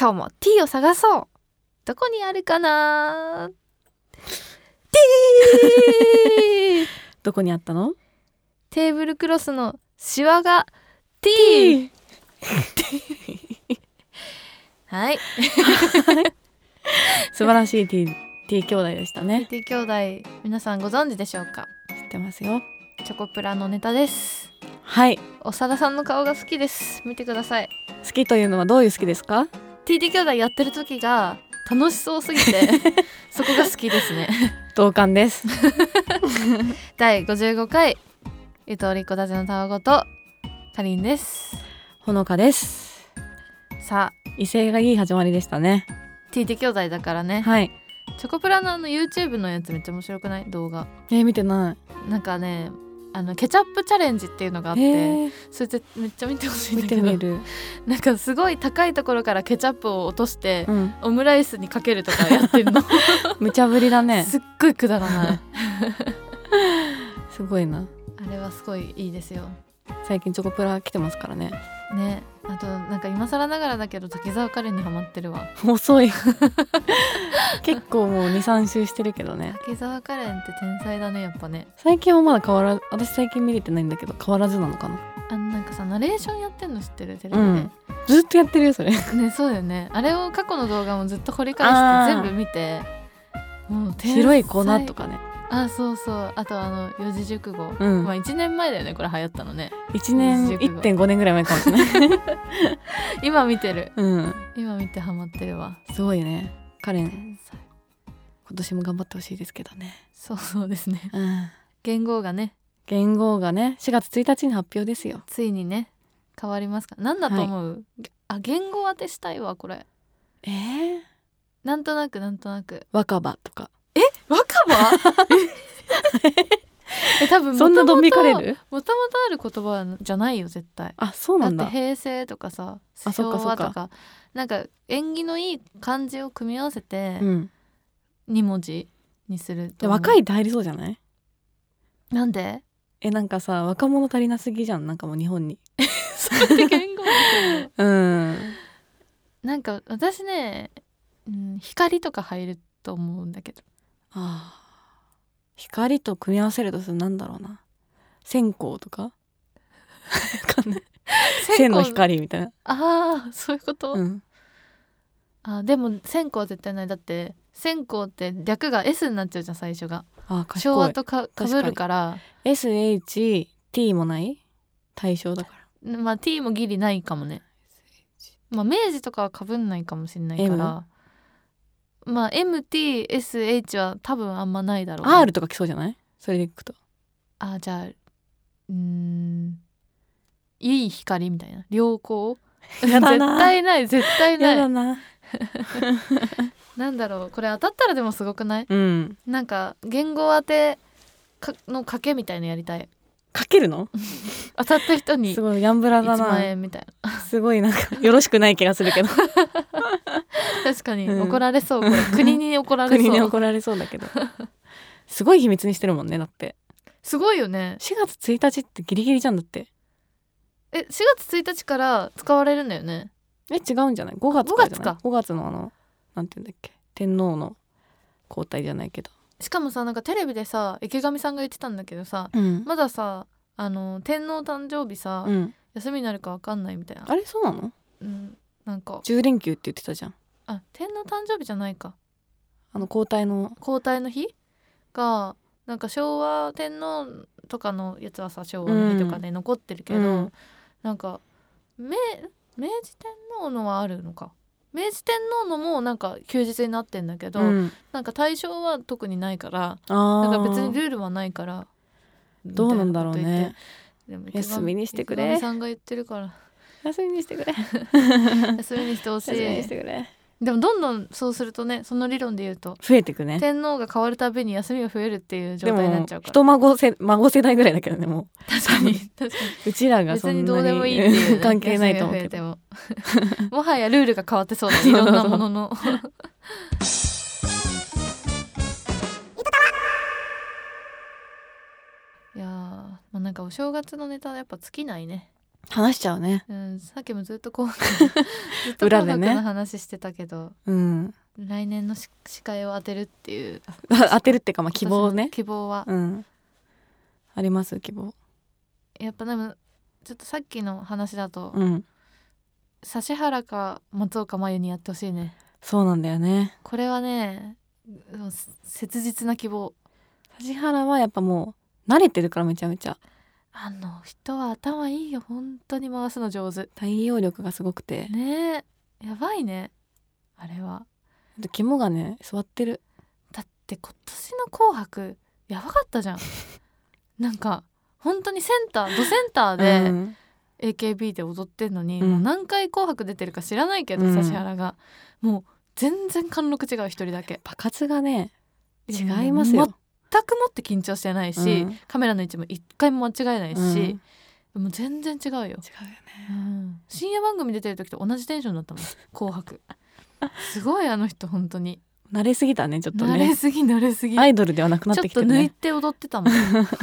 今日も T を探そう。どこにあるかな。 T どこにあったの？ テーブルクロスのシワが T。 はい素晴らしい T 兄弟でしたね。 T 兄弟、皆さんご存知でしょうか？ 知ってますよ。 チョコプラのネタです。 はい。 長田さんの顔が好きです。見てください。 好きというのはどういう好きですか？ TT 兄弟やってる時が楽しそうすぎてそこが好きですね。 同感です第55回ゆとりこたちのたわごとかりんです。 ほのかです。 さあ威勢がいい始まりでしたね。 TT 兄弟だからね。 はい。 チョコプラのYouTube のやつめっちゃ面白くない？動画見てななんかね、ケチャップチャレンジっていうのがあっい。 て、それでめっちゃ見てほしいんだ見けど、 てみる。 なんかすごい高いところからケチャップを落として、 うん。 オムライスにかけるとかやってんの無茶ぶりだね。 すっごいくだらないすごいな。 あれはすごいいいですよ最近チョコプラ来てますからね。 ね。あとなんか今更ながらだけど滝沢カレンにハマってるわ。 遅い結構もう 2,3 周してるけどね。 滝沢カレンって天才だね、やっぱね。 最近はまだ変わらず、私最近見れてないんだけど変わらずなのかな。 なんかさナレーションやってんの知ってる？テレビで、 うんずっとやってるよそれね。そうだよね。あれを過去の動画もずっと掘り返あーして全部見て、もう天才。 白い粉とかね。 あ、そうそう。あと四字熟語、 うんまあ1年前だよねこれ流行ったのね。 1年 1.5 年ぐらい前かもしれない今見てる。 うん今見てハマってるわ。 すごいね。カレン天才。 今年も頑張ってほしいですけどね。 そうですね。 うん元号がね元号がね4月1日に発表ですよ。 ついにね変わりますか。なんだと思う？元号当てしたいわこれ。なんとなく若葉とか。 若葉多分そんなドン引かれる？ もともとある言葉じゃないよ絶対。 あ、そうなんだ。 だって平成とかさあそっか昭和とかなんか縁起のいい漢字を組み合わせてうん 2文字にするでと思う。 若いって入りそうじゃない？ なんで？ なんかさ若者足りなすぎじゃん。なんかもう日本にそうやって言語だと思ううんなんか私ね、光とか入ると思うんだけど。 あー光と組み合わせるとするなんだろうな。線香とかわかんない線の光みたいな。 ああそういうこと、 うんでも線香は絶対ない。だって線香って略が S になっちゃうじゃん最初が。 あ賢い。 昭和とかぶるから SHT もない対象だから。 まあ T もギリないかもね。まあ明治とかはかぶんないかもしれないから、まあ MTSH は多分あんまないだろう、ね、 R とか来そうじゃない？それでいくとじゃあいい光みたいな良好やだな絶対ないやだななんだろうこれ当たったらでもすごくない？ うんなんか言語当ての賭けみたいのやりたい。 かけるの？ 当たった人にすごいヤンブラだ 1万な。 円みたいなすごいなんかよろしくない気がするけど確かに怒られそう、これ国に怒られそう国に怒られそうだけどすごい秘密にしてるもんね。だってすごいよね。 4月1日ってギリギリじゃん。だって 4月1日から使われるんだよね。 違うんじゃない？5月からじゃない？ 5月か。 5月のなんていうんだっけ、天皇の交代じゃないけど。 しかもさなんかテレビでさ池上さんが言ってたんだけどさ、 うんまださ天皇誕生日さ、 うん休みになるか分かんないみたいな。 あれそうなのなんか 10連休って言ってたじゃん。 天皇誕生日じゃないか、 交代の交代の日がなんか昭和天皇とかのやつはさ昭和の日とかで残ってるけど、なんか明治天皇のはあるのか。明治天皇のもなんか休日になってんだけど、なんか大正は特にないからなんか別にルールはないからどうなんだろうね。 でも休みにしてくれ。 池上さんが言ってるから休みにしてくれ休みにしてほしい。 休みにしてくれ。 でもどんどんそうするとねその理論で言うと増えてくね。 天皇が変わるたびに休みが増えるっていう状態になっちゃうから。 でも孫世代ぐらいだけどね。もう確かにうちらがそんなに別にどうでもいいっていう、ね、 関係ないと思うけどももはやルールが変わってそうだいろんなもののいやまあなんかお正月のネタやっぱ尽きないね。 話しちゃうね。 さっきもずっと紅白ずっと紅白の話してたけど、来年の司会を当てるっていう当てるっていうか、まあ希望ね。 希望は、 あります希望。 やっぱでもちょっとさっきの話だと、指原か松岡茉優にやってほしいね。 そうなんだよね。 これはね切実な希望。 指原はやっぱもう慣れてるから、めちゃめちゃ人は頭いいよ、本当に回すの上手。 対応力がすごくてねえ、やばいねあれは。 肝がね座ってる。 だって今年の紅白やばかったじゃんなんか本当にドセンターで、AKB で踊ってんのに、もう何回紅白出てるか知らないけど、指原がもう全然貫禄違う、一人だけ爆発がね違いますよ。 全くもって緊張してないし、カメラの位置も一回も間違えないし、もう全然違うよ。違うよね、深夜番組出てる時と同じテンションだったもん紅白すごい、あの人本当に慣れすぎたね、ちょっとね。 慣れすぎアイドルではなくなってきてるね。 ちょっと抜いて踊ってたもん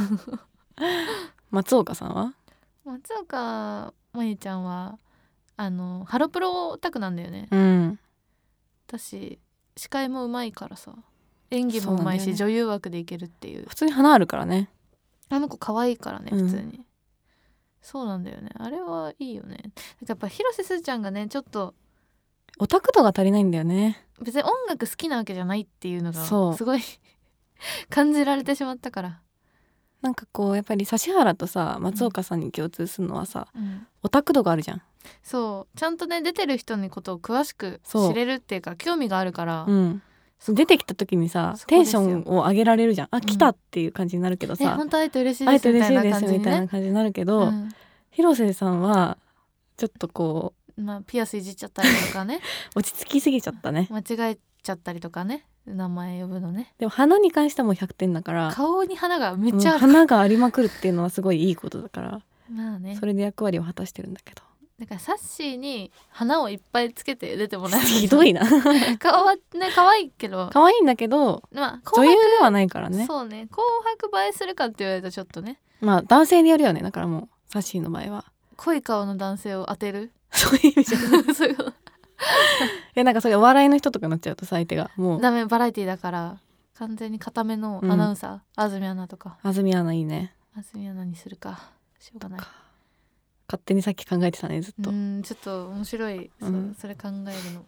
松岡さんは？ 松岡茉優ちゃんはハロプロオタクなんだよね。私司会もうまいからさ、演技もうまいし、ね、女優枠でいけるっていう。 普通に花あるからね。 あの子可愛いからね、普通に。そうなんだよね、あれはいいよね。やっぱ広瀬すずちゃんがね、ちょっとオタク度が足りないんだよね。 別に音楽好きなわけじゃないっていうのがすごい感じられてしまったから。 なんかこうやっぱり指原とさ松岡さんに共通するのはさ、オタク度があるじゃん。 そうちゃんとね、出てる人のことを詳しく知れるっていうか、興味があるから、出てきた時にさテンションを上げられるじゃん。あ、来たっていう感じになるけどさ、 本当会えて嬉しいですみたいな感じにね、 みたいな感じになるけど、広瀬さんはちょっとこう、 ピアスいじっちゃったりとかね落ち着きすぎちゃったね。 間違えちゃったりとかね、名前呼ぶのね。 でも花に関してはもう100点だから、 顔に花がめっちゃある、 花がありまくるっていうのはすごいいいことだから、 まあね、 それで役割を果たしてるんだけど、 だからサッシーに花をいっぱいつけて出てもらえる。 ひどいな顔はね可愛いけど、 可愛いんだけど、女優ではないからね。 そうね、紅白映えするかって言われるとちょっとね、 まあ男性によるよね。だからもうサッシーの場合は濃い顔の男性を当てるそういう意味じゃないそういうことなんかそれお笑いの人とかになっちゃうとさ、相手がもうダメ、バラエティだから完全に固めのアナウンサー、安住アナとか。 安住アナいいね。 安住アナにするか、しょうがない。 勝手にさっき考えてたね、ずっと。 ちょっと面白い、それ考えるの。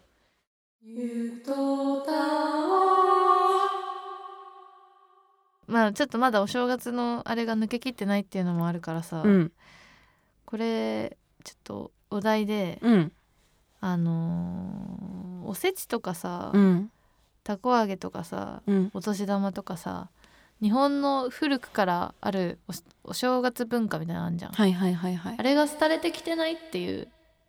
まあちょっとまだお正月のあれが抜けきってないっていうのもあるからさ、これちょっとお題で、おせちとかさ、たこ揚げとかさ、お年玉とかさ、日本の古くからある お正月文化みたいなのあんじゃん。あれが廃れてきてないっていう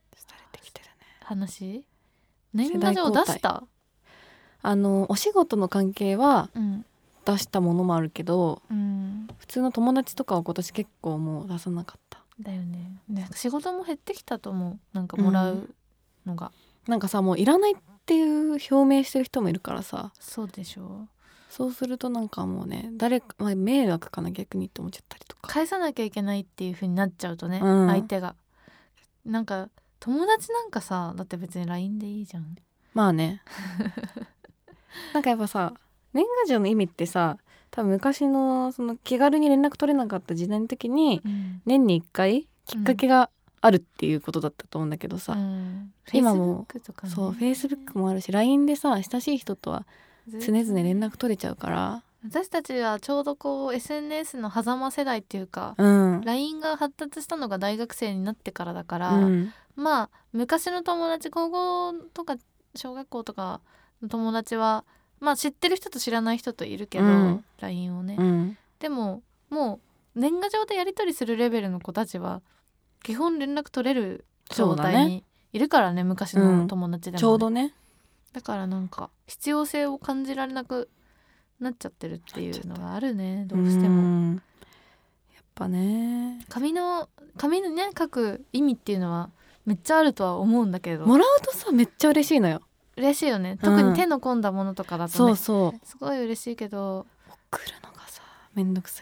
話。年賀状出した？ お仕事の関係は出したものもあるけど、普通の友達とかは今年結構もう出さなかった。 だよね。仕事も減ってきたと思う。なんかもらうのが、 なんかさ、もういらないっていう表明してる人もいるからさ。 そうでしょう。 そうするとなんかもうね、迷惑かな逆にって思っちゃったりとか、 返さなきゃいけないっていう風になっちゃうとね、相手がなんか友達なんかさ、だって別に LINE でいいじゃん。 まあねなんかやっぱさ、年賀状の意味ってさ、多分昔のその気軽に連絡取れなかった時代の時に、年に1回きっかけがあるっていうことだったと思うんだけどさ、今もそう Facebook もあるし LINE でさ、親しい人とは常々連絡取れちゃうから。 私たちはちょうどこう SNS の狭間世代っていうか、LINE が発達したのが大学生になってからだから、まあ昔の友達、高校とか小学校とかの友達はまあ知ってる人と知らない人といるけど、LINE をね、でももう年賀状でやり取りするレベルの子たちは基本連絡取れる状態にいるからね、昔の友達でもね、 ちょうどね。だからなんか必要性を感じられなくなっちゃってるっていうのがあるね、どうしても。 やっぱね、 紙にね書く意味っていうのはめっちゃあるとは思うんだけど、 もらうとさめっちゃ嬉しいのよ。 嬉しいよね、特に手の込んだものとかだとね、 そうすごい嬉しいけど、 送るのがさめんどくさい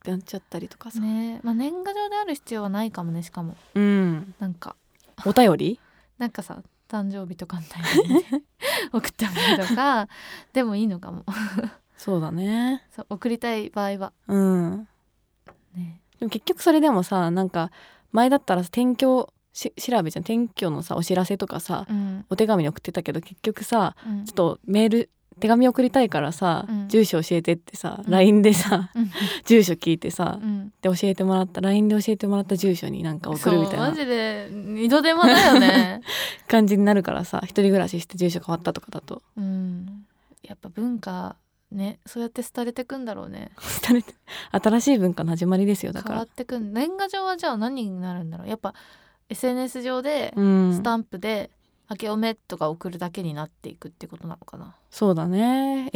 ってなっちゃったりとかさ、 ね、まあ、年賀状である必要はないかもね。しかもなんかお便りなんかさ誕生日とかみたいに、ね、送ってもらうとかでもいいのかもそうだね。 そう送りたい場合はね。 でも結局それでもさ、なんか前だったら転居調べじゃん、転居のさお知らせとかさ、お手紙に送ってたけど、結局さ、ちょっと手紙送りたいからさ、住所教えてってさ、LINE でさ、住所聞いてさ、で教えてもらった LINE で教えてもらった住所になんか送るみたいな、 マジで二度手間だよね感じになるからさ、一人暮らしして住所変わったとかだと、 やっぱ文化ね、そうやって廃れてくんだろうね。 廃れて新しい文化の始まりですよ。だから変わってくん。年賀状はじゃあ何になるんだろう。やっぱ SNS 上でスタンプで明けおめとか送るだけになっていくってことなのかな。 そうだね。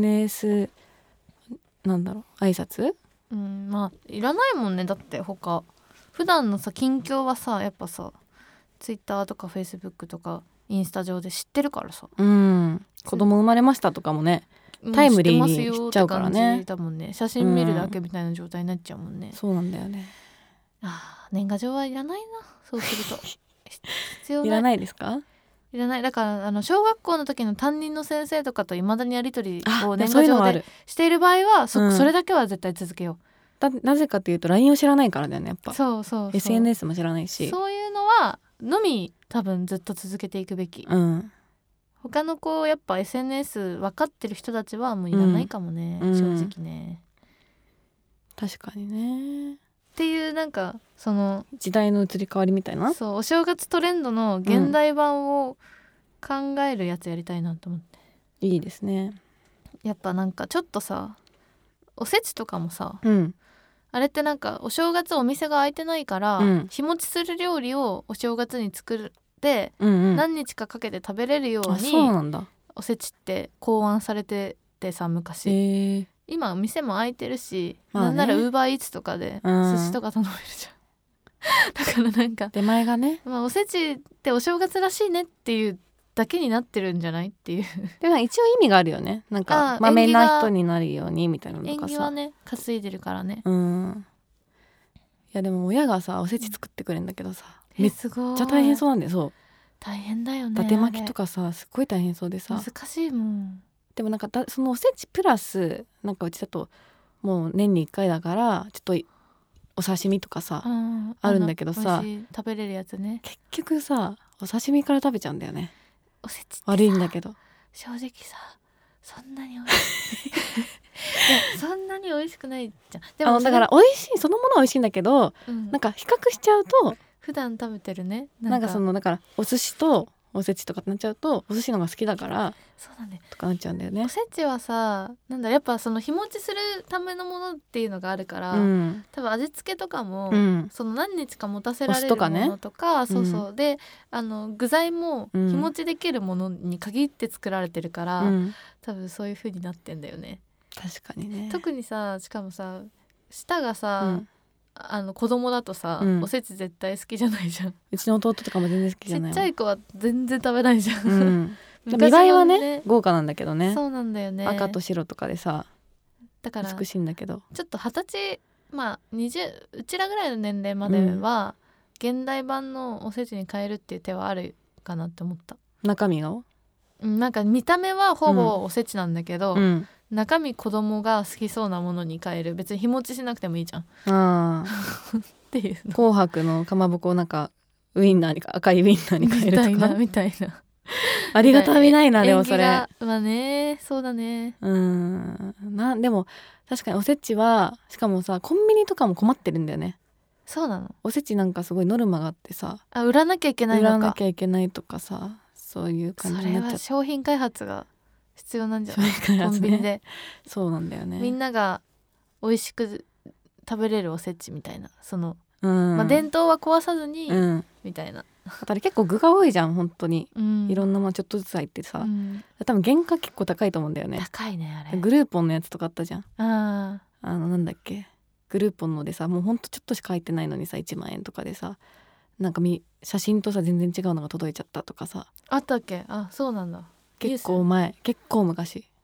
SNS なんだろう、挨拶、 まあいらないもんね。だって他普段のさ近況はさ、やっぱさ Twitter とか Facebook とかインスタ上で知ってるからさ、 子供生まれましたとかもね、タイムリーに知っちゃうからね。 だもんね。写真見るだけみたいな状態になっちゃうもんね。 そうなんだよね。 年賀状はいらないな。そうすると必要ない。 いらないですか？ いらない。だから小学校の時の担任の先生とかといまだにやり取りを年そういうの賀状であるしている場合はそれだけは絶対続けよう。なぜかというと LINE を知らないからだよね、やっぱ。 そう SNS も知らないし、 そういうのはのみ多分ずっと続けていくべき。他の子やっぱ SNS 分かってる人たちはもういらないかもね、正直ね。 確かにね。 っていうなんかその時代の移り変わりみたいな。 そう、お正月トレンドの現代版を考えるやつやりたいなと思って、 いいですね。 やっぱなんかちょっとさ、おせちとかもさ、 うんあれってなんかお正月お店が開いてないから、 うん日持ちする料理をお正月に作ってうんうん、 何日かかけて食べれるようあ、そうになんだ。 おせちって考案されててさ、昔、今お店も開いてるし、 まあね、 なんならウーバーイーツとかで寿司とか頼めるじゃんだからなんか出前がね、 まあ、おせちってお正月らしいねっていうだけになってるんじゃないっていうでも一応意味があるよね。なんかまめな人になるようにみたいなのとかさ、 縁起はね担いでるからね。 いやでも親がさおせち作ってくれるんだけどさ、めっちすごいゃ大変そうなんだよ。そう大変だよね。 伊達巻きとかさすっごい大変そうでさ、 難しいもん。 でもなんかそのおせちプラスなんかうちだともう年に1回だからちょっとお刺身とかさ、あるんだけどさ、 食べれるやつね。 結局さお刺身から食べちゃうんだよね。 おせちって悪いんだけど正直さそんなに美味しいいやそんなに美味しくないじゃん。でもだから美味しい、そのものは美味しいんだけど、なんか比較しちゃうと普段食べてるね、 なんかだからお寿司とおせちとかってなっちゃうとお寿司の方が好きだからそうなんだよとかなっちゃうんだよね。 おせちはさ、なんだやっぱその日持ちするためのものっていうのがあるから、多分味付けとかも、その何日か持たせられるものとか、そうで具材も日持ちできるものに限って作られてるから、多分そういう風になってんだよね。 確かにね。 特にさ、しかもさ舌がさ、子供だとさ、おせち絶対好きじゃないじゃん。 うちの弟とかも全然好きじゃない。 ちっちゃい子は全然食べないじゃん、見栄えはね豪華なんだけどね。 そうなんだよね。 赤と白とかでさだから美しいんだけど、 ちょっと20歳まあうちらぐらいの年齢までは、現代版のおせちに変えるっていう手はあるかなって思った。 中身のなんか見た目はほぼおせちなんだけど、中身子供が好きそうなものに変える。別に日持ちしなくてもいいじゃんっていうの。 紅白のかまぼこをなんかウインナーに赤いウインナーに変えるとかみたいなありがたみないな。でもそれまあね、そうだね。 でも確かにおせちはしかもさコンビニとかも困ってるんだよね。 そうなの。 おせちなんかすごいノルマがあってさ、 売らなきゃいけないのか。 売らなきゃいけないとかさ、そういう感じになっちゃって。 それは商品開発が必要なんじゃない？ コンビニで。 そうなんだよね。 みんなが美味しく食べれるおせちみたいな、その、伝統は壊さずに、みたいな。 あと結構具が多いじゃん本当に、いろんなものちょっとずつ入ってさ、多分原価結構高いと思うんだよね。 高いねあれ。 グルーポンのやつとかあったじゃん。 なんだっけ、グルーポンのでさ、もうほんとちょっとしか入ってないのにさ1万円とかでさ、なんか写真とさ全然違うのが届いちゃったとかさ。 あったっけ？そうなんだ。 結構前、結構昔。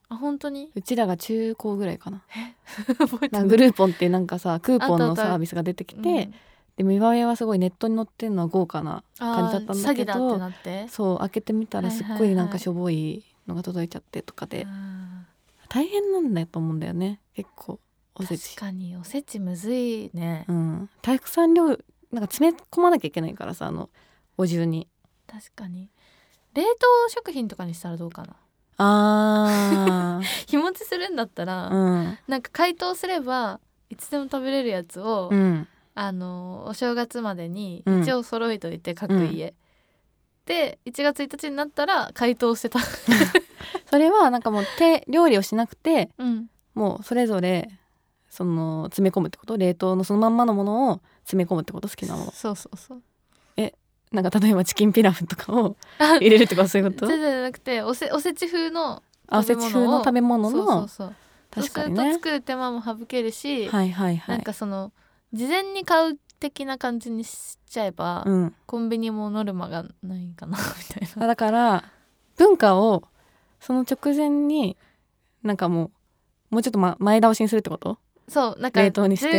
あ本当にうちらが中高ぐらいかな。 覚えてないなんかグルーポンってなんかさクーポンのあったあったサービスが出てきて、 うんで見栄えはすごいネットに載ってるのは豪華な感じだったんだけ詐欺だってど、 なってそう開けてみたらすっごいなんかしょぼいのが届いちゃってとかで、大変なんだと思うんだよね結構おせち。 確かにおせちむずいね、 うん、たくさん量なんか詰め込まなきゃいけないからさお重に。 確かに冷凍食品とかにしたらどうかな。 あ日持ちするんだったら、 うんなんか解凍すればいつでも食べれるやつを、 うんお正月までにうん一応揃えといて、各家、で1月1日になったら解凍してたそれはなんかもう料理をしなくてうんもうそれぞれその詰め込むってこと、冷凍のそのまんまのものを詰め込むってこと、好きなもの。 そうそうそうなんか例えばチキンピラフとかを入れるとかそういうこと。 全然じゃなくておせち風のおせち風の食べ物のそうそうそう確かにそうするとね。 作る手間も省けるし、 はいはいはい。 なんかその事前に買う的な感じにしちゃえば、 うん、 コンビニもノルマがないかなみたいな。 だから文化をその直前になんかもうちょっと、前倒しにするってこと。 そうなんか冷凍にして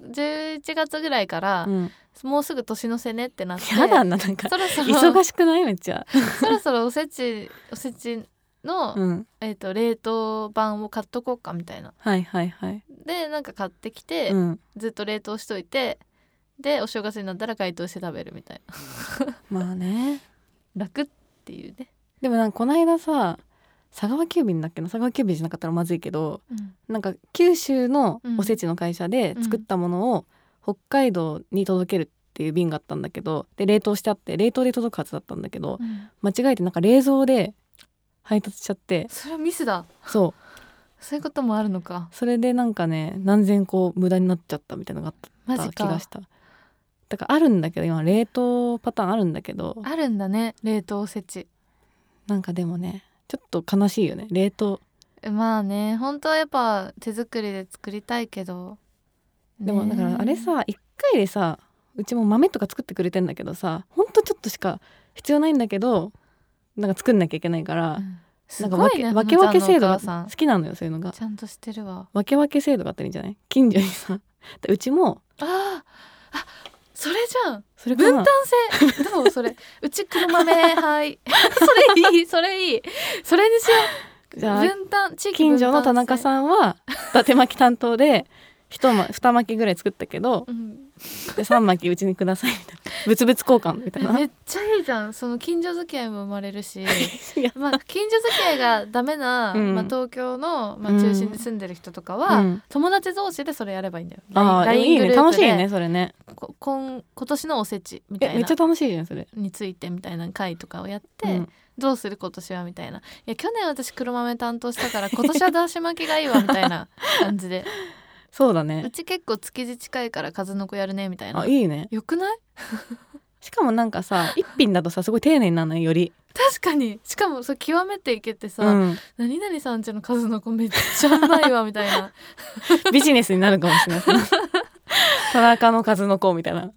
11月ぐらいから、 うん、 もうすぐ年の瀬ねってなって、 やだな、なんかそろそろ忙しくないめっちゃそろそろおせちの、 うん冷凍版を買っとこうかみたいな。 はいはいはい。 でなんか買ってきて、 うんずっと冷凍しといて、でお正月になったら解凍して食べるみたいなまあね。 楽っていうね、 でもなんかこの間さ佐川急便だっけな、佐川急便じゃなかったらまずいけど、なんか九州のおせちの会社で作ったものを北海道に届けるっていう便があったんだけど、で冷凍してあって冷凍で届くはずだったんだけど、間違えてなんか冷蔵で配達しちゃって、 それはミスだ。 そうそういうこともあるのか。 それでなんかね何千個無駄になっちゃったみたいなのがあったマジか。 気がした。だからあるんだけど今冷凍パターンあるんだけど、 あるんだね冷凍おせち。 なんかでもねちょっと悲しいよね冷凍。 まあね本当はやっぱ手作りで作りたいけど、 でもだからあれさ1回でさ、うちも豆とか作ってくれてんだけどさ、ほんとちょっとしか必要ないんだけどなんか作んなきゃいけないから、なんかすごいね分け分け制度がほのちゃんのお母さん好きなのよ。そういうのがちゃんとしてるわ。 分け分け制度があったらいいんじゃない、近所にさでうちもそれじゃんそれかな分担制どうそれうち黒豆はいそれいいそれいいそれにしよう。 じゃあ分担地域近所の田中ん、 さんは伊達巻き担当で2巻きぐらい作ったけど、で3巻きうちにくださいみたいな物々交換みたいなめっちゃいいじゃん。その近所付き合いも生まれるしいやまあ近所付き合いがダメな、 うん東京の、中心で住んでる人とかは、 うん友達同士でそれやればいいんだよ。 ああい LINE いね、 グループで楽しいねそれね。 今年のおせちみたいなめっちゃ楽しいじゃんそれ。 についてみたいな会とかをやって、 うんどうする今年はみたいな。いや去年私黒豆担当したから今年はだし巻きがいいわみたいな感じでうそうだね。 ち結構築地近いから数の子やるねみたいな。 あいいね。 よくない？ しかもなんかさ一品だとさすごい丁寧になるのより。 確かに。しかもそう極めていけてさ、 うん、 何々さんちの数の子めっちゃうまいわみたいなビジネスになるかもしれない田中の数の子みたいな。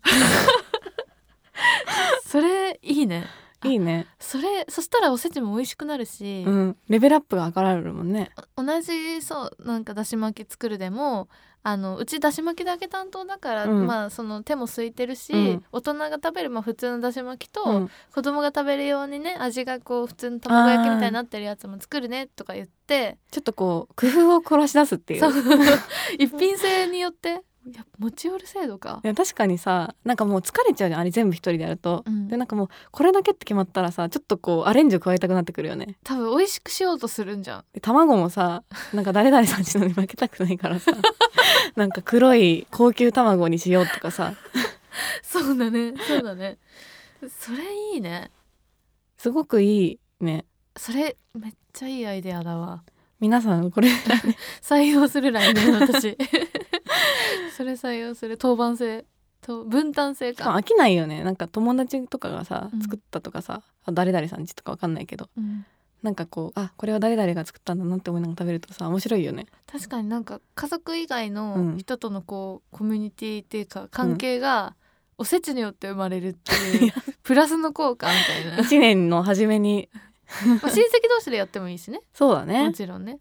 それいいね。 いいね。 そしたらおせちも美味しくなるし、 うんレベルアップが上がるもんね。 同じそうなんかだし巻き作るでもうちだし巻きだけ担当だから、 うんその手も空いてるし、 うん大人が食べる、普通のだし巻きと、 うん子供が食べるようにね味がこう普通の卵焼きみたいになってるやつも作るねとか言ってちょっとこう工夫を凝らし出すっていう。 そう一品制によって持ち寄る制度か。 いや確かにさなんかもう疲れちゃうじゃんあれ全部一人でやると、 うんでなんかもうこれだけって決まったらさちょっとこうアレンジを加えたくなってくるよね。 多分美味しくしようとするんじゃん。 で卵もさなんか誰々さんちのに負けたくないからさなんか黒い高級卵にしようとかさそうだねそうだねそれいいね。 すごくいいね。 それめっちゃいいアイデアだわ。 皆さんこれ採用する来年私それ採用する。当番制と分担制か。 飽きないよね。なんか友達とかがさうん作ったとかさ、誰々さんちとかわかんないけどうんなんかこうこれは誰々が作ったんだなって思いながら食べるとさ面白いよね。 確かになんか家族以外うのん人とのこうコミュニティっていうか関係がおせちによって生まれるっていうプラスの効果みたいな 1年の初めに親戚同士でやってもいいしねそうだねもちろんね。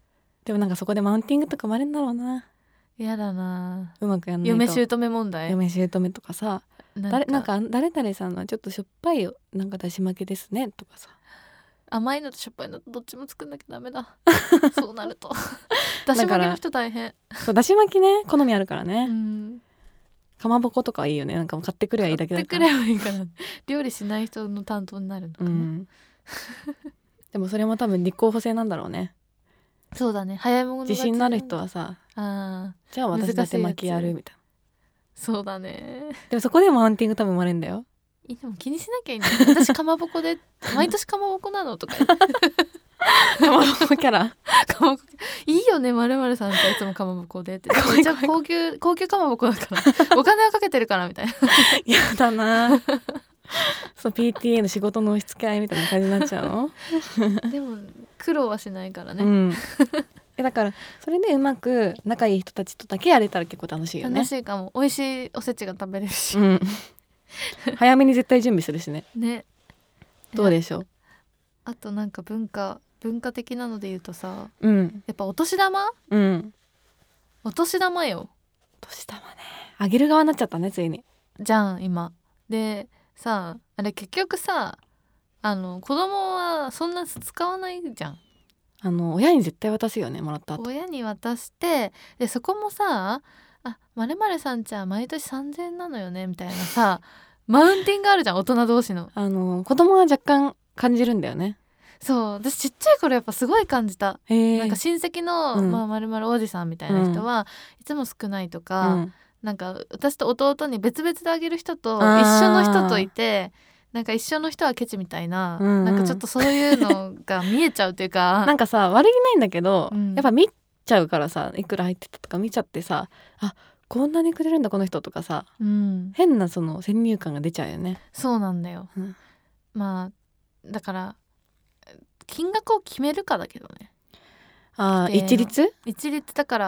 でもなんかそこでマウンティングとか生まれるんだろうな。 やだな。 うまくやんないと。 嫁姑問題。 嫁姑とかさ、なんか誰々さんはちょっとしょっぱいなんかだし巻きですねとかさ、 甘いのとしょっぱいのとどっちも作んなきゃダメだそうなるとだし巻きの人大変。 そうだし巻きね、好みあるからね、 うん、 かまぼことかはいいよね。なんかもう買ってくればいいだけだから。 買ってくればいいから料理しない人の担当になるのかな、 でもそれも多分立候補制なんだろうね。 そうだね、早い者勝ち。 自信のある人はさ、じゃあ私だし巻きやるみたいな。 そうだね。 でもそこでマウンティング多分生まれるんだよ。 でも気にしなきゃいいんだよ。私かまぼこで毎年かまぼこなのとか言ってかまぼこキャラかまぼこいいよね、まるまるさんっていつもかまぼこでってめっちゃ高級かまぼこだからお金はかけてるからみたいなやだなそう PTA の仕事の押し付け合いみたいな感じになっちゃうのでも苦労はしないからね、 だからそれでうまく仲いい人たちとだけやれたら結構楽しいよね。 楽しいかも。美味しいおせちが食べれるし、 早めに絶対準備するしね。 ね。 どうでしょう。 あとなんか文化的なので言うとさ、 やっぱお年玉、お年玉よ。 お年玉ね、あげる側になっちゃったねついに。 じゃん今でさ、あれ結局さ、子供はそんな使わないじゃん。 親に絶対渡すよね、もらった後。 親に渡して、でそこもさ、〇〇さんちは毎年3000円なのよねみたいなさマウンティングあるじゃん、大人同士の。 子供は若干感じるんだよね。 そう、私ちっちゃい頃やっぱすごい感じた。なんか親戚の、〇〇おじさんみたいな人はいつも少ないとか、なんか私と弟に別々であげる人と一緒の人といて、なんか一緒の人はケチみたいな、なんかちょっとそういうのが見えちゃうというかなんかさ悪気ないんだけど、やっぱ見ちゃうからさ、いくら入ってたとか見ちゃってさ、こんなにくれるんだこの人とかさ、変なその先入観が出ちゃうよね。 そうなんだよ、まあだから金額を決めるかだけどね。一律だから、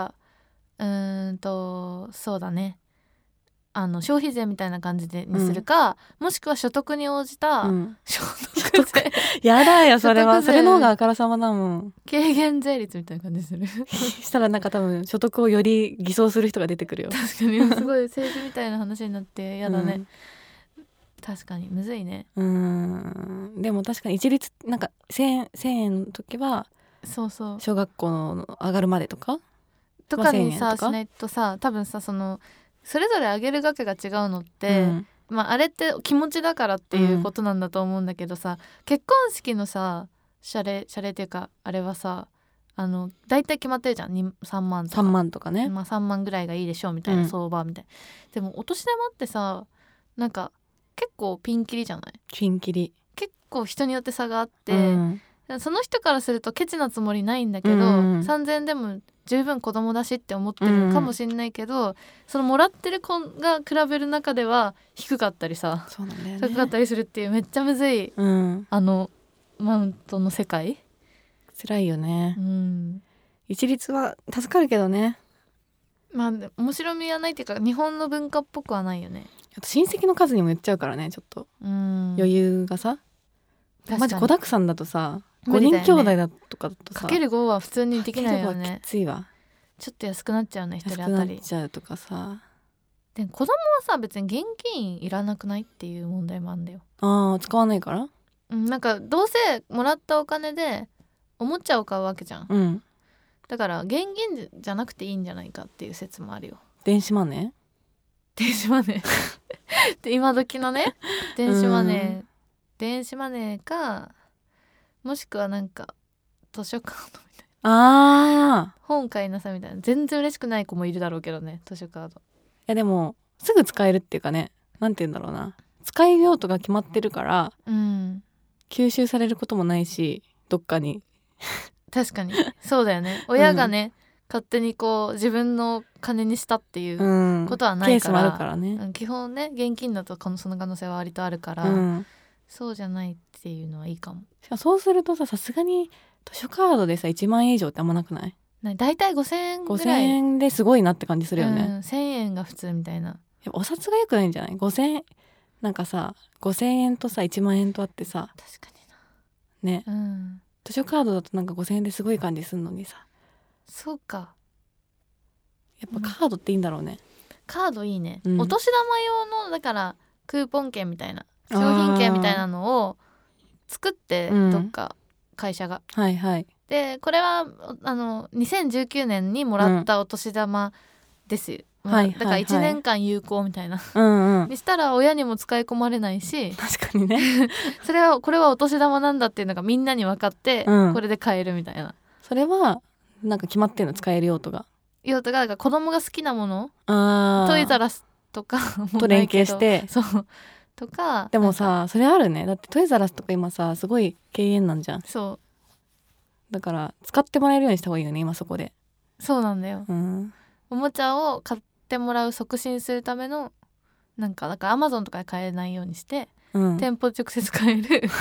そうだね、消費税みたいな感じにするか、もしくは所得に応じた、所得税やだよそれは。それの方があからさまだもん。 軽減税率みたいな感じにするしたらなんか多分所得をより偽装する人が出てくるよ。 確かにすごい政治みたいな話になってやだね、確かにむずいね。 でも確かに一律なんか1000円の時はそう小学校の上がるまでとかにさしないとさ、多分さそれぞれ上げる額が違うのって、あれって気持ちだからっていうことなんだと思うんだけどさ、結婚式のさ謝礼っていうかあれはさ大体決まってるじゃん。3万とか 3万とかね、 3万ぐらいがいいでしょうみたいな相場みたいな、でもお年玉ってさなんか結構ピンキリじゃない？ ピンキリ。 結構人によって差があって、その人からするとケチなつもりないんだけど、3000円でも十分子供だしって思ってるかもしれないけど、そのもらってる子が比べる中では低かったりさ、 そうなんだよね、 高かったりするっていうめっちゃむずい、マウントの世界。 辛いよね、一律は助かるけどね。 面白みはないっていうか日本の文化っぽくはないよね。 あと親戚の数にも言っちゃうからね、ちょっと余裕がさ、マジ子だくさんだとさ、5人兄弟だとかだとさ、 かける5は普通にできないよね。 きついわ。 ちょっと安くなっちゃうね、1人当たり。 安くなっちゃうとかさ。 で子供はさ別に現金いらなくないっていう問題もあるんだよ。 使わないから、 なんかどうせもらったお金でおもちゃを買うわけじゃん、だから現金じゃなくていいんじゃないかっていう説もあるよ。 電子マネーで今時のね電子マネーか、もしくはなんか図書カードみたいな、本買いなさいみたいな。全然嬉しくない子もいるだろうけどね、図書カード。 いやでもすぐ使えるっていうかね、なんて言うんだろうな、使い用途が決まってるから、吸収されることもないし、どっかに確かにそうだよね。親がね、勝手にこう自分の金にしたっていうことはないから、 ケースもあるからね、 基本ね現金だとその可能性は割とあるから、そうじゃないっていうのはいいかも。 そうするとさすがに図書カードでさ1万円以上ってあんまなくない？ だいたい5000円ぐらい。 5000円ですごいなって感じするよね、 1000円が普通みたいな。 やっぱお札が良くないんじゃない？5000円なんかさ、5000円とさ1万円とあってさ、 確かになね、 うん、 図書カードだとなんか5000円ですごい感じするのにさ、 そうか、 やっぱカードっていいんだろうね。 カードいいね、 うんお年玉用のだからクーポン券みたいな商品券みたいなのを作ってうんどっか会社が、 はいはい。 でこれは2019年にもらったお年玉ですよ、 はいだから1年間有効みたいな、 うんうん。 にしたら親にも使い込まれないし、 確かにね。 これはお年玉なんだっていうのがみんなに分かって、 うんこれで買えるみたいなそれはなんか決まってんの、使える用途が。 用途が、だから子供が好きなもの、 あトイザらスとかもと連ないけど携して。 そうとか、 でもなんかさそれあるね。だってトイザらスとか今さすごい敬遠なんじゃん。 そうだから使ってもらえるようにした方がいいよね今そこで。 そうなんだよ。 うんおもちゃを買ってもらう促進するためのなんかだからアマゾンとかで買えないようにして、 うん、 店舗で直接買える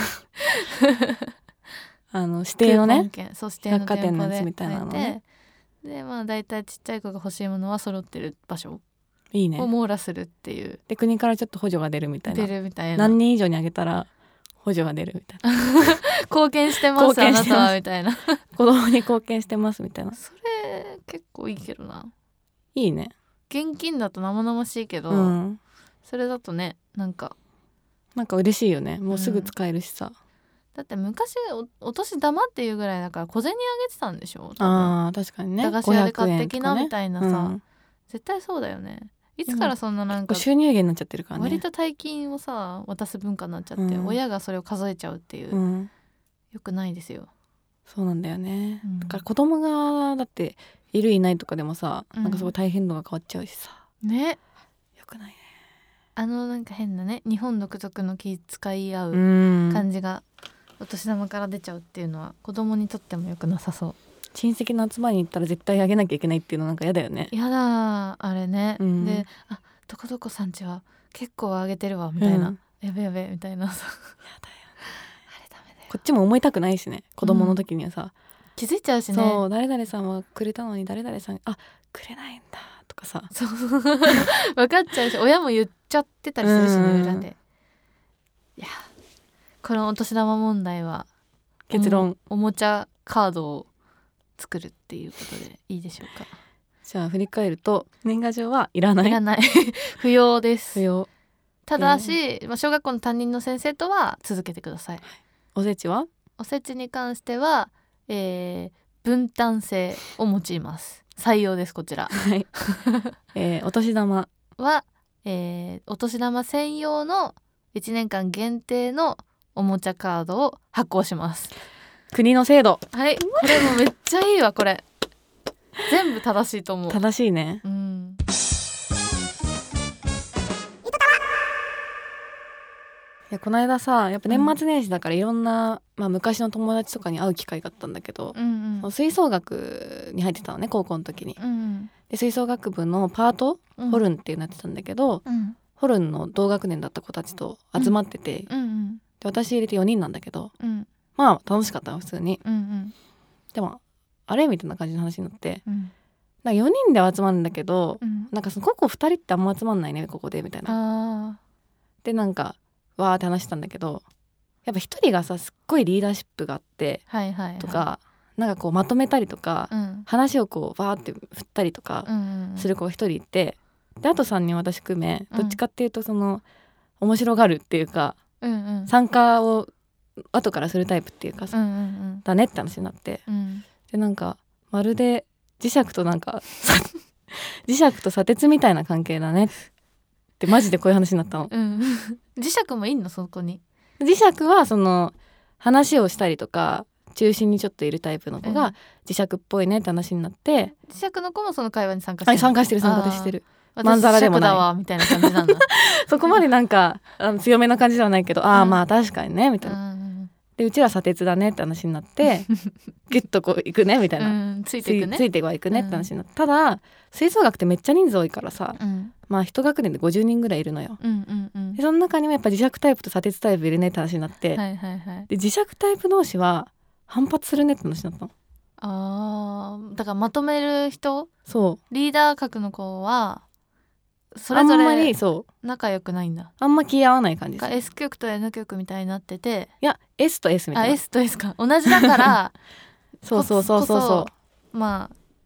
指定のねクーポン券、そう指定の百貨店のやつみ店舗でたいなのね買えて、でまあだいたいちっちゃい子が欲しいものは揃ってる場所いいね。 を網羅するっていう、 で国からちょっと補助が出るみたいな。 出るみたいな、 何人以上にあげたら補助が出るみたいな。 貢献してます貢献してますあなたはみたいな子供に貢献してますみたいな。 それ結構いいけどないいね。 現金だと生々しいけど、 うんそれだとねなんかなんか嬉しいよね。もうすぐ使えるしさ、 だって昔お年玉っていうぐらいだから小銭あげてたんでしょ多分あー確かにね。 駄菓子屋で買って 500円とかねきなみたいなさ、 うん絶対そうだよね。いつからそんななんか収入源になっちゃってるからね。 割と大金をさ渡す文化になっちゃって、 うん親がそれを数えちゃうっていう、 うんよくないですよ。 そうなんだよね、 うんだから子供がだっているいないとかでもさ、 うんなんかすごい大変度が変わっちゃうしさ、 ね、 よくないね。 なんか変なね日本独特の気遣い合ううん感じがお年玉から出ちゃうっていうのは子供にとってもよくなさそう。 親戚の集まりに行ったら絶対あげなきゃいけないっていうのなんか嫌だよね。 やだあれね、 うんでどこどこさんちは結構あげてるわみたいな、 うんやべやべみたいなさやだよあれダメだよ、 こっちも思いたくないしね子供の時にはさ、 気づいちゃうしね。 そう誰々さんはくれたのに誰々さんくれないんだとかさ、 そう分かっちゃうし親も言っちゃってたりするしね、 うん裏で。いやこのお年玉問題は結論おもちゃカードを作るっていうことでいいでしょうか。 じゃあ振り返ると年賀状はいらないいらない不要です不要。 ただし、小学校の担任の先生とは続けてください。 おせちはおせちに関しては、分担制を用います。採用ですこちらはいお年玉は、お年玉専用の1年間限定のおもちゃカードを発行します。 国の制度はい、これもめっちゃいいわこれ全部正しいと思う。 正しいね。 うんいやこの間さやっぱ年末年始だからいろんな、昔の友達とかに会う機会があったんだけど、 うんその吹奏楽に入ってたのね高校の時に。 うんで吹奏楽部のパート、 うんホルンっていうのやってたんだけど、 うんホルンの同学年だった子たちと集まってて、でうん私入れて4人なんだけどうんまあ楽しかったの普通に。 うんでもあれみたいな感じの話になってうんなんか4人では集まるんだけど、 うんなんかその個々2人ってあんま集まんないねここでみたいな。 あでなんかわーって話したんだけどやっぱ一人がさすっごいリーダーシップがあってーはいはいはいとか、なんかこうまとめたりとか、 うん話をこうわーって振ったりとかうんする子が一人いて、であと3人私含めうんどっちかっていうとその面白がるっていうか、 うんうん参加を後からするタイプっていうかさ、 うんうんだねって話になってうんでなんかまるで磁石となんか磁石と砂鉄みたいな関係だねってマジでこういう話になったの。 うん磁石もいんのそこに。 磁石はその話をしたりとか中心にちょっといるタイプの子うんが磁石っぽいねって話になって、 磁石の子もその会話に参加してる。 参加してるるあーまんざらでもない私磁石だわみたいな感じなんだ。 そこまでなんか強めな感じではないけど、ああまあ確かにねみたいな、でうちら砂鉄だねって話になってギュッとこう行くねみたいな、 ついていくね。 ついてはいくねって話になって、ただ吹奏楽ってめっちゃ人数多いからさ、 うんまあ一学年で50人ぐらいいるのよ。 うんうんでその中にもやっぱ磁石タイプと砂鉄タイプいるねって話になって、 はいはいはい。 で磁石タイプ同士は反発するねって話になったの。 だからまとめる人そうリーダー格の子はそあんれぞまりれそう仲良くないんだ。 あんま気合わない感じです。 S 曲と N 曲みたいになってて、 いや S と S みたいな。 S と S か同じだからそうそうそうそうそまあ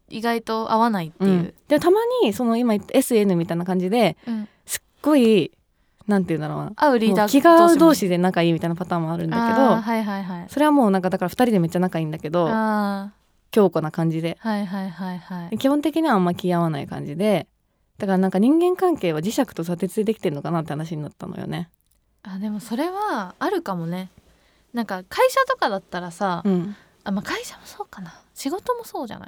意外と合わないっていう、 でたまにその今言った SN みたいな感じで、すっごいなんていうんだろうな、 合うリーダー気が合う同士で仲いいみたいなパターンもあるんだけど、 はいはいはい、 それはもうなんかだから2人でめっちゃ仲いいんだけど、強固な感じで、 はいはいはいはい、 基本的にはあんま気合わない感じで、だからなんか人間関係は磁石と砂鉄でできてるのかなって話になったのよね。 でもそれはあるかもね。なんか会社とかだったらさ、まあ、会社もそうかな、仕事もそうじゃない。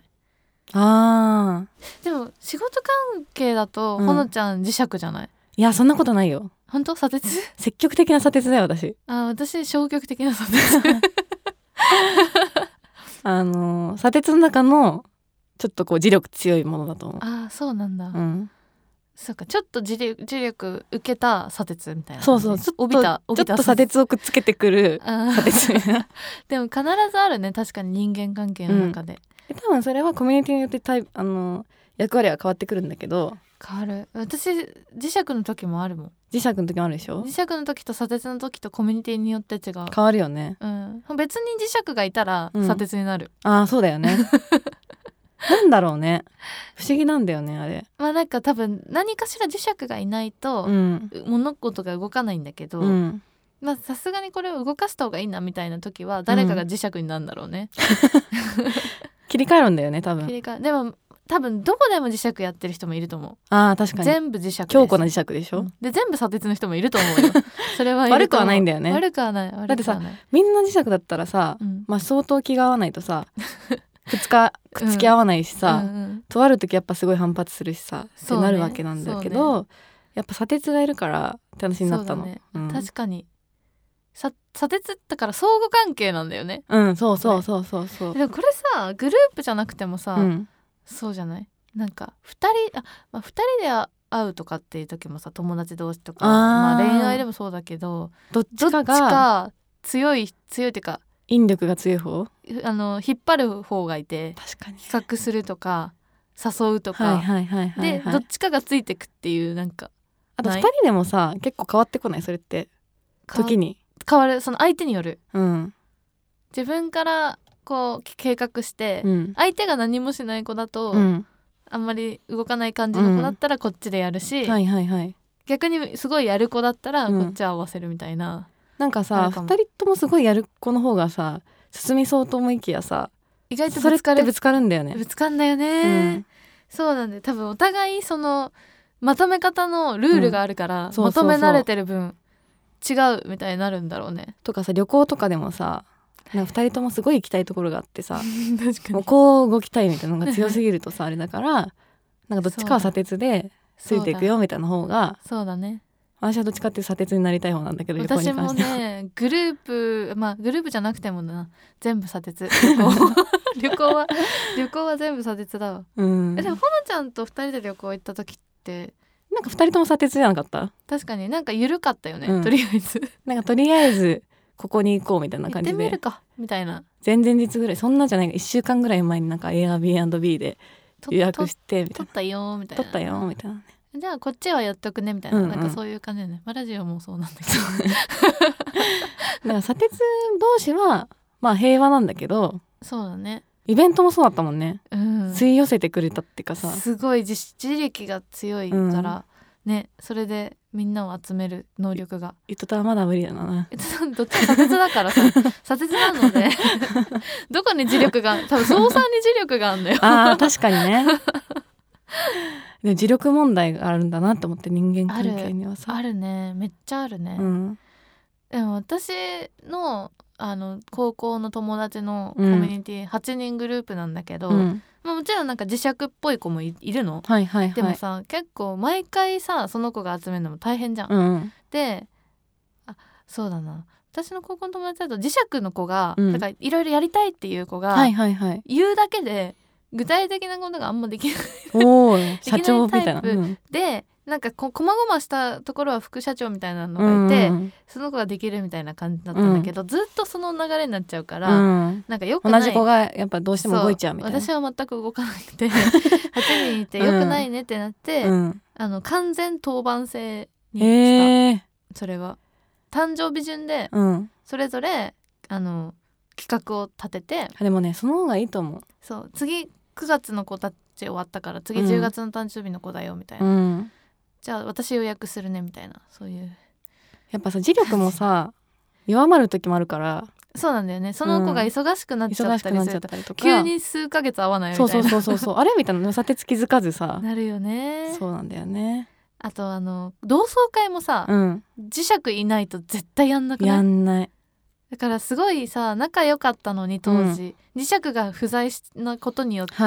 でも仕事関係だとほのちゃん磁石じゃない？ いやそんなことないよ。 本当？砂鉄？ 積極的な砂鉄だよ私。 私消極的な砂鉄砂鉄の中のちょっとこう磁力強いものだと思う。 そうなんだ。そうか、ちょっと磁力受けた砂鉄みたいな。 そうそう、ちょっと砂鉄をくっつけてくる砂鉄みたいなでも必ずあるね、確かに人間関係の中で、 多分それはコミュニティによって役割は変わってくるんだけど。 変わる。私磁石の時もあるもん。 磁石の時もあるでしょ。 磁石の時と砂鉄の時とコミュニティによって違う。 変わるよね。 別に磁石がいたら砂鉄になる。 そうだよねなんだろうね、不思議なんだよねあれ。 なんか多分何かしら磁石がいないと物事が動かないんだけど、さすがにこれを動かした方がいいなみたいな時は誰かが磁石になるんだろうね、 切り替えるんだよね多分。 でも多分どこでも磁石やってる人もいると思う。 確かに全部磁石です。 強固な磁石でしょ、 で全部砂鉄の人もいると思うよそれはいる悪くはないんだよね。 悪くはない。 だってさ、みんな磁石だったらさ、相当気が合わないとさくっつき合わないしさ、とある時やっぱすごい反発するしさってなるわけなんだけど、やっぱ砂鉄がいるからって話になったの。 確かに砂鉄だから相互関係なんだよね。 そうでもこれさグループじゃなくてもさ、そうじゃない？なんか2人で会うとかっていう時もさ、友達同士とか、恋愛でもそうだけど、どっちか強いっていうか引力が強い方、 引っ張る方がいて、 確かに比較するとか誘うとかでどっちかがついてくっていう、なんかあと2人でもさ結構変わってこない？それって時に変わる。その相手による。自分からこう計画して、相手が何もしない子だと、あんまり動かない感じの子だったらこっちでやるし、逆にすごいやる子だったらこっち合わせるみたいな、 なんかさ2人ともすごいやる子の方がさ進みそうと思いきやさ、 意外とそれってぶつかるんだよね。 ぶつかんだよね、そうなんで、多分お互いそのまとめ方のルールがあるから、まとめ慣れてる分違うみたいになるんだろうね。 とかさ、旅行とかでもさ、なんか2人ともすごい行きたいところがあってさ確かにもうこう動きたいみたいなのが強すぎるとさあれだから、なんかどっちかは砂鉄でついていくよみたいな方が、 そうだね。 私はどっちかっていう砂鉄になりたい方なんだけど、旅行に関しては私もねグループじゃなくてもな、全部砂鉄旅行は全部砂鉄だわ。でもほのちゃんと2人で旅行行った時ってなんか2人とも砂鉄じゃなかった？ 確かになんか緩かったよね、とりあえずなんかとりあえずここに行こうみたいな感じで行ってみるかみたいな。 前々日ぐらい、そんなじゃないか、1週間ぐらい前になんか Airbnb で予約してみたいな、 取ったよみたいな、 取ったよみたいなね、 じゃあこっちはやっとくねみたいな、なんかそういう感じだね。ラジオもそうなんだけどだから砂鉄同士はまあ平和なんだけど、 そうだね、 イベントもそうだったもんね、吸い寄せてくれたっていうかさ、 すごい磁力が強いから、ね、それでみんなを集める能力が。 糸とはまだ無理だな。 どっちも砂鉄だからさ砂鉄なのでどこに磁力が、多分操作に磁力があるんだよ確かにねで磁力問題があるんだなって思って、人間関係にはさ。 あるね、めっちゃあるね、でも私の高校の友達のコミュニティ、8人グループなんだけど、もちろんなんか磁石っぽい子も いるの、でもさ結構毎回さその子が集めるのも大変じゃん、でそうだな、私の高校の友達だと磁石の子が、だからいろいろやりたいっていう子が、言うだけで具体的なことがあんまできない社長みたいな、 でなんかこまごましたところは副社長みたいなのがいて、その子ができるみたいな感じだったんだけど、ずっとその流れになっちゃうから、なんかよくない、 同じ子がやっぱどうしても動いちゃうみたいな。 私は全く動かなくて8人いてよくないねってなって、完全当番制にした、それは誕生日順でそれぞれ企画を立てて、 でもねその方がいいと思う。 そう、次 9月の子たち終わったから次10月の誕生日の子だよみたいな、じゃあ私予約するねみたいな、そういうやっぱさ磁力もさ弱まる時もあるから、 そうなんだよね。その子が忙しくなっちゃったりすると、 とか急に数ヶ月会わないみたいな、 そうあれみたいな、砂鉄気づかずさなるよね。 そうなんだよね。 あと同窓会もさ、磁石いないと絶対やんなくない？ やんない。 だからすごいさ仲良かったのに当時、磁石が不在なことによって、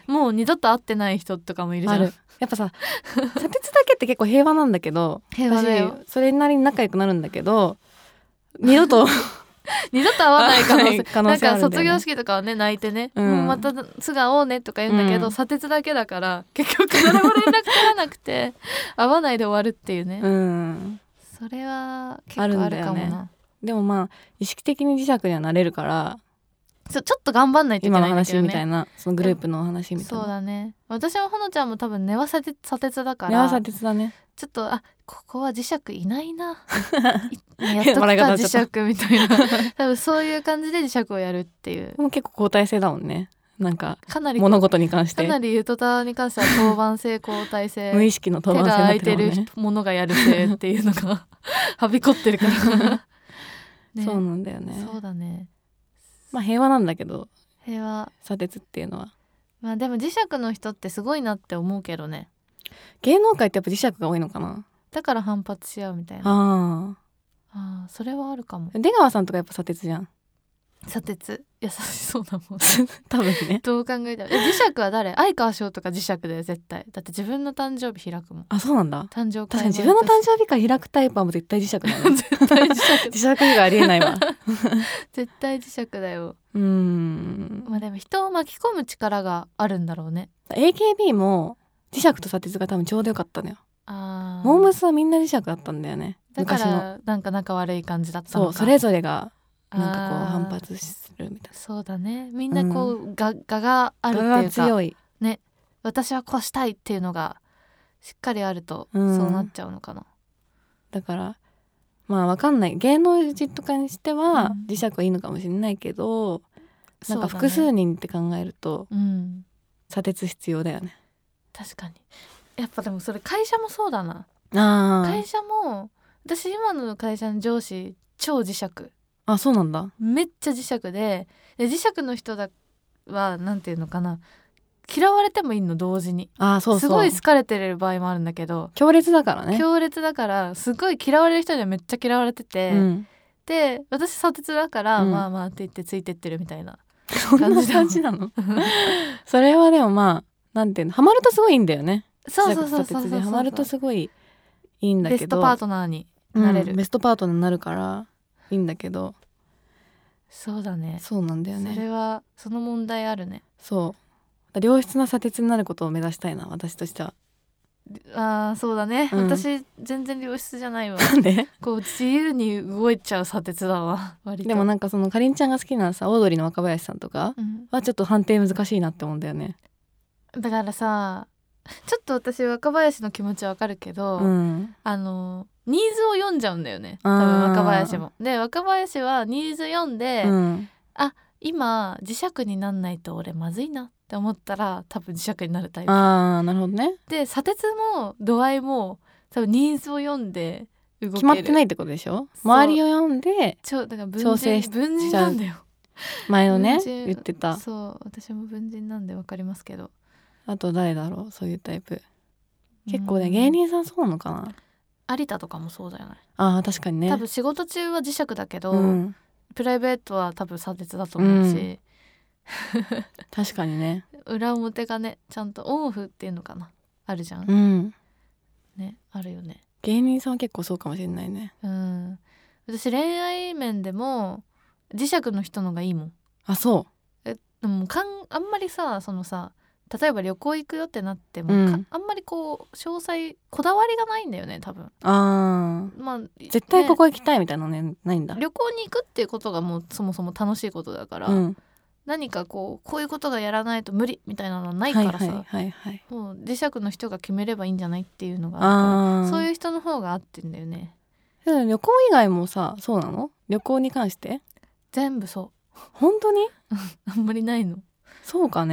もう二度と会ってない人とかもいるじゃん。やっぱさ砂鉄だけって結構平和なんだけど、 平和だよ。 それなりに仲良くなるんだけど、二度と会わない可能性可能性あるんだよね。 なんか卒業式とかはね泣いてね、もうまたすぐ会おうねとか言うんだけど、砂鉄だけだから結局誰も連絡取らなくて会わないで終わるっていうね、それは結構あるかもな。 でもまあ意識的に磁石にはなれるから、 ちょっと頑張んないといけないんだけどね。 今の話みたいな、そのグループのお話みたいな。 そうだね。私もほのちゃんも多分根は砂鉄だから。 根は砂鉄だね。 ちょっとここは磁石いないなやっとくか磁石みたいな多分そういう感じで磁石をやるっていう。 もう結構交代制だもんね。なんかかなり物事に関してかなりゆとたに関しては当番制交代制無意識の当番制になってるもんね。 手が空いてるものがやる制っていうのがはびこってるからね、そうなんだよね。 そうだね。 まあ平和なんだけど、 平和砂鉄っていうのは。 まあでも磁石の人ってすごいなって思うけどね。 芸能界ってやっぱ磁石が多いのかな。 だから反発し合うみたいな。それはあるかも。 出川さんとかやっぱ砂鉄じゃん。 砂鉄優しそうだもん多分ね。 どう考えても磁石は誰？相川翔とか磁石だよ絶対。だって自分の誕生日開くもん。 そうなんだ。 誕生会。 確かに自分の誕生日会開くタイプはもう絶対磁石だね絶対磁石磁石以外ありえないわ絶対磁石だよ。まあでも人を巻き込む力があるんだろうね。 AKB も磁石と砂鉄が多分ちょうどよかったのよ。モームスはみんな磁石だったんだよね。 だからなんか仲悪い感じだったのか。 それぞれがなんかこう反発するみたいな。 そうだね。みんなこう、我があるっていうか、我が強いね。私はこうしたいっていうのがしっかりあると、そうなっちゃうのかな。 だからまあわかんない、芸能人とかにしては磁石はいいのかもしれないけど、なんか複数人って考えると、砂鉄必要だよね。 確かに。やっぱでもそれ会社もそうだな。会社も私今の会社の上司超磁石。 そうなんだ。 めっちゃ磁石で磁石の人はなんていうのかな、嫌われてもいいの同時に。すごい好かれてる場合もあるんだけど、 強烈だからね。 強烈だからすごい嫌われる人にはめっちゃ嫌われてて、で私砂鉄だから、まあまあって言ってついてってるみたいなそんな感じなのそれはでもまあなんていうの、ハマるとすごいいいんだよね。そうハマるとすごいいいんだけど、 ベストパートナーになれる、 ベストパートナーになるからいいんだけど。 そうだね。 そうなんだよね。 それはその問題あるね。 そう良質な砂鉄になることを目指したいな、私としては。 そうだね、私全然良質じゃないわ。 なんで？ こう自由に動いちゃう砂鉄だわ割と。 でもなんかそのかりんちゃんが好きなさオードリーの若林さんとかはちょっと判定難しいなって思うんだよね。 だからさちょっと私若林の気持ちわかるけど、ニーズを読んじゃうんだよね多分若林も。で若林はニーズ読んで、今磁石になんないと俺まずいなって思ったら多分磁石になるタイプ。 なるほどね。 で砂鉄も度合いも多分ニーズを読んで動ける。 決まってないってことでしょ。周りを読んでだから調整しちゃう。 文人なんだよ前のね言ってた。 そう私も文人なんでわかりますけど。 あと誰だろうそういうタイプ。結構ね芸人さんそうなのかな。 有田とかもそうじゃない。 確かにね。 多分仕事中は磁石だけど、プライベートは多分砂鉄だと思うし、 確かにね。 裏表がねちゃんとオンオフっていうのかなあるじゃん。ねあるよね。 芸人さんは結構そうかもしれないね。 私恋愛面でも磁石の人のがいいもん。 そう。 でもあんまりさそのさ例えば旅行行くよってなっても、あんまりこう詳細こだわりがないんだよね多分。 絶対ここ行きたいみたいなのねないんだ。 旅行に行くっていうことがもうそもそも楽しいことだから、何かこういうことがやらないと無理みたいなのはないからさ、もう磁石の人が決めればいいんじゃないっていうのがあるから、そういう人の方が合ってんだよね。 旅行以外もさそうなの？旅行に関して全部そう。 本当にあんまりないの？ そうかね。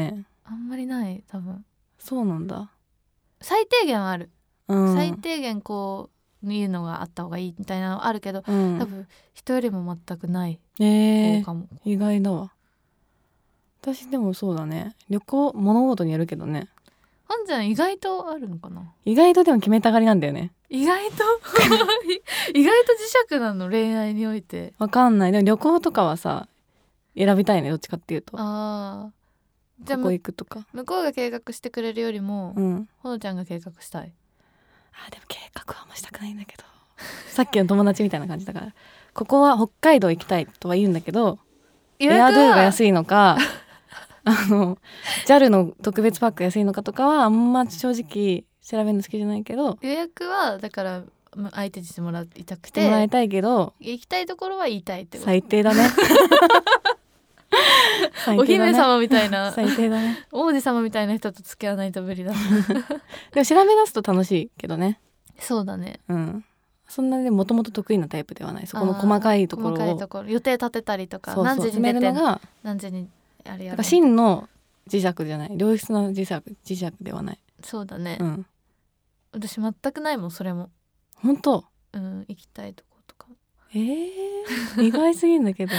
あんまりない多分。 そうなんだ。 最低限はある、 うん、 最低限こういうのがあった方がいいみたいなのはあるけど、 うん、 多分人よりも全くない方かも、 意外だわ。私でもそうだね、旅行物事によるけどね。 はんちゃん意外とあるのかな。 意外とでも決めたがりなんだよね。 意外と意外と磁石なの恋愛において。 わかんない。でも旅行とかはさ選びたいね、どっちかっていうと。 あー、じゃあここ行くとか。 向こうが計画してくれるよりも、 うん、 ほのちゃんが計画したい。 でも計画はあんましたくないんだけどさっきの友達みたいな感じだから、ここは北海道行きたいとは言うんだけど、エアドゥが安いのかJAL の特別パック安いのかとかはあんま正直調べるの好きじゃないけど、 予約はだから相手にしてもらいたくしてもらいたいけど、 行きたいところは言いたいってこと。 最低だねお姫様みたいな最低だね王子様みたいな人と付き合わないと無理だでも調べ出すと楽しいけどね。 そうだね。 うん、そんなでもともと得意なタイプではない。そこの細かいところを予定立てたりとか、 そうそう何時に出て詰めるのが、 何時にあれやる。 だから真の磁石じゃない、良質な磁石ではない。 そうだね、 うん、 私全くないもんそれも。 本当？ うん、行きたいとことか。 意外すぎるんだけど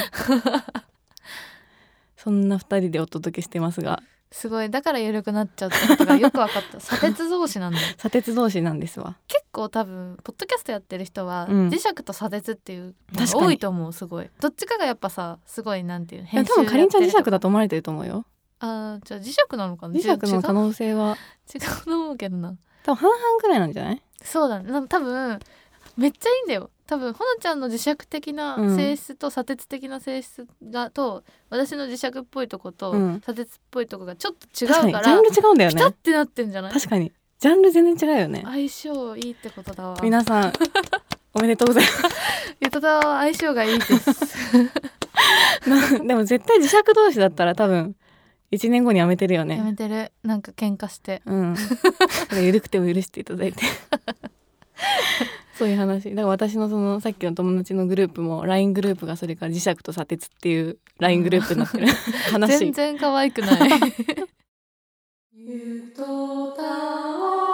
そんな2人でお届けしてますが、 すごい、だから緩くなっちゃったことがよく分かった砂鉄同士なんだよ砂鉄同士なんですわ。 結構多分ポッドキャストやってる人は、 うん磁石と砂鉄っていうのが多いと思う。すごいどっちかがやっぱさ、すごいなんていう編集多分かりんちゃん磁石だとと思われてると思うよ。 あ、じゃあ磁石なのかな。 磁石の可能性は違うと思うけどな。 多分半々くらいなんじゃない？ そうだね、多分めっちゃいいんだよ。多分ほのちゃんの磁石的な性質と砂鉄的な性質がと、私の磁石っぽいとこと砂鉄っぽいとこがちょっと違うから、 ジャンル違うんだよね。 ピタってなってんじゃない？ 確かにジャンル全然違うよね。 相性いいってことだわ。 皆さんおめでとうございますゆとたわは相性がいいですでも絶対磁石同士だったら多分1年後にやめてるよね。 やめてる。なんか喧嘩して緩くても許していただいてそういう話だから、私のそのさっきの友達のグループも LINE グループがそれから磁石と砂鉄っていう LINE グループになってる話全然可愛くないゆとたわ。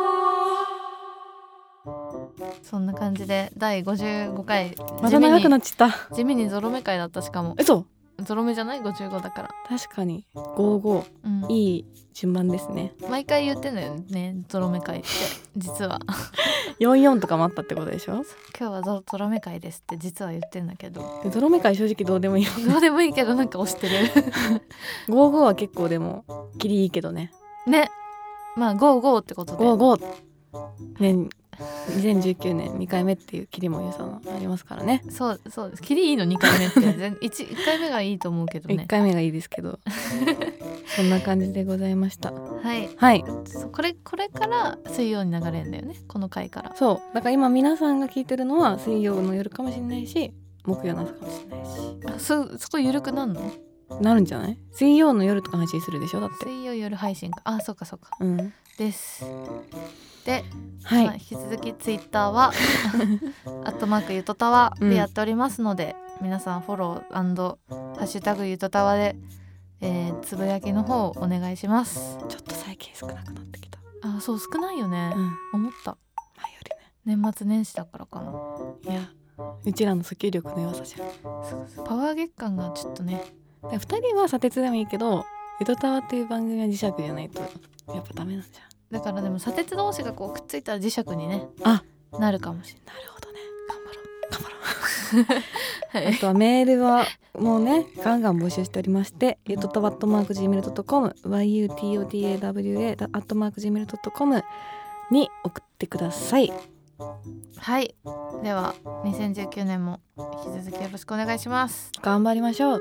そんな感じで第55回また長くなっちゃった。 地味にゾロ目回だった。しかも嘘、 ゾロ目じゃない？ 55 だから。 確かに55、 うん、 いい順番ですね。 毎回言ってんだよね、ゾロ目回って実は 44とかもあったってことでしょ。 今日はゾロ目回ですって実は言ってんだけど、 ゾロ目回正直どうでもいいよどうでもいいけどなんか押してる 55は結構でもキリいいけどね。 ね、まあ55ってことで 55年2019年2回目っていうキリも良さのありますからね。 そうです。キリいいの2回目って1回目がいいと思うけどね。 1回目がいいですけどそんな感じでございました。 はいはい。 これから水曜に流れるんだよね、この回から。 そうだから今皆さんが聞いてるのは水曜の夜かもしれないし木曜の朝かもしれないし、 そこ緩くなんの？ なるんじゃない？水曜の夜とか配信するでしょ。だって水曜夜配信か。あ、そうかうんですで、 はい、 まあ、引き続きツイッターは@ゆとたわでやっておりますので、皆さんフォロー&ハッシュタグゆとたわで、つぶやきの方お願いします。 ちょっと最近少なくなってきた。 あ、そう少ないよね、思った。 前よりね。 年末年始だからかな。 いや、うちらの訴求力の良さじゃん。 パワー月間がちょっとね。 2人は砂鉄でもいいけど、ゆとたわっていう番組は磁石じゃないとやっぱダメなんじゃん。 だからでも砂鉄同士がこうくっついたら磁石にねなるかもしれない。 なるほどね。頑張ろうはい、あとはメールはもうねガンガン募集しておりまして、ゆとたわ@gmail.com yutotawa@gmail.com に送ってください。 はい、では2019年も引き続きよろしくお願いします。 頑張りましょう。